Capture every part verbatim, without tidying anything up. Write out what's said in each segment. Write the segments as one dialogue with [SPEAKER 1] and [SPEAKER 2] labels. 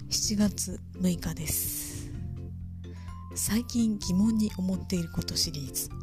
[SPEAKER 1] しちがつむいかです。最近疑問に思っていることシリーズ。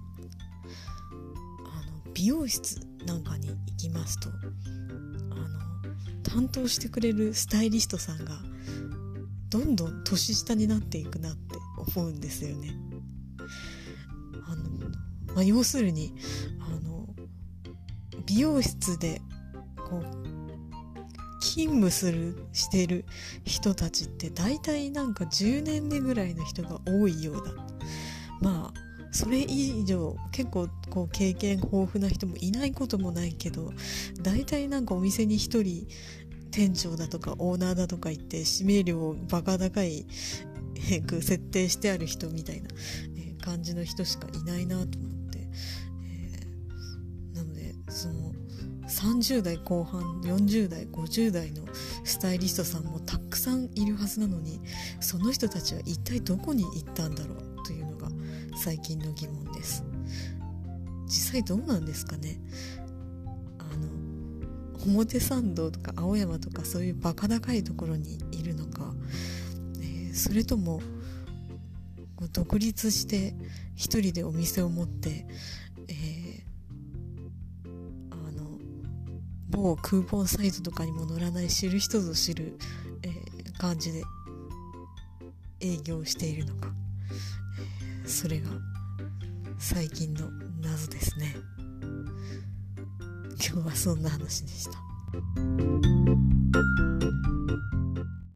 [SPEAKER 1] あの美容室なんかに行きますと、あの担当してくれるスタイリストさんがどんどん年下になっていくなって思うんですよね。あの、まあ、要するにあの美容室でこう勤務するしてる人たちって大体なんかじゅうねんめぐらいの人が多いようだ。まあそれ以上結構こう経験豊富な人もいないこともないけど、大体なんかお店に一人店長だとかオーナーだとか言って指名料をバカ高い設定してある人みたいな感じの人しかいないなと思って、えー、なのでそのさんじゅうだいこう半よんじゅうだいごじゅうだいのスタイリストさんもたくさんいるはずなのに、その人たちは一体どこに行ったんだろうというのが最近の疑問です。実際どうなんですかね。あの表参道とか青山とかそういうバカ高いところにいるのか、えー、それとも独立して一人でお店を持って、えー某クーポンサイトとかにも載らない知る人ぞ知る、えー、感じで営業しているのか、えー、それが最近の謎ですね。今日はそんな話でした。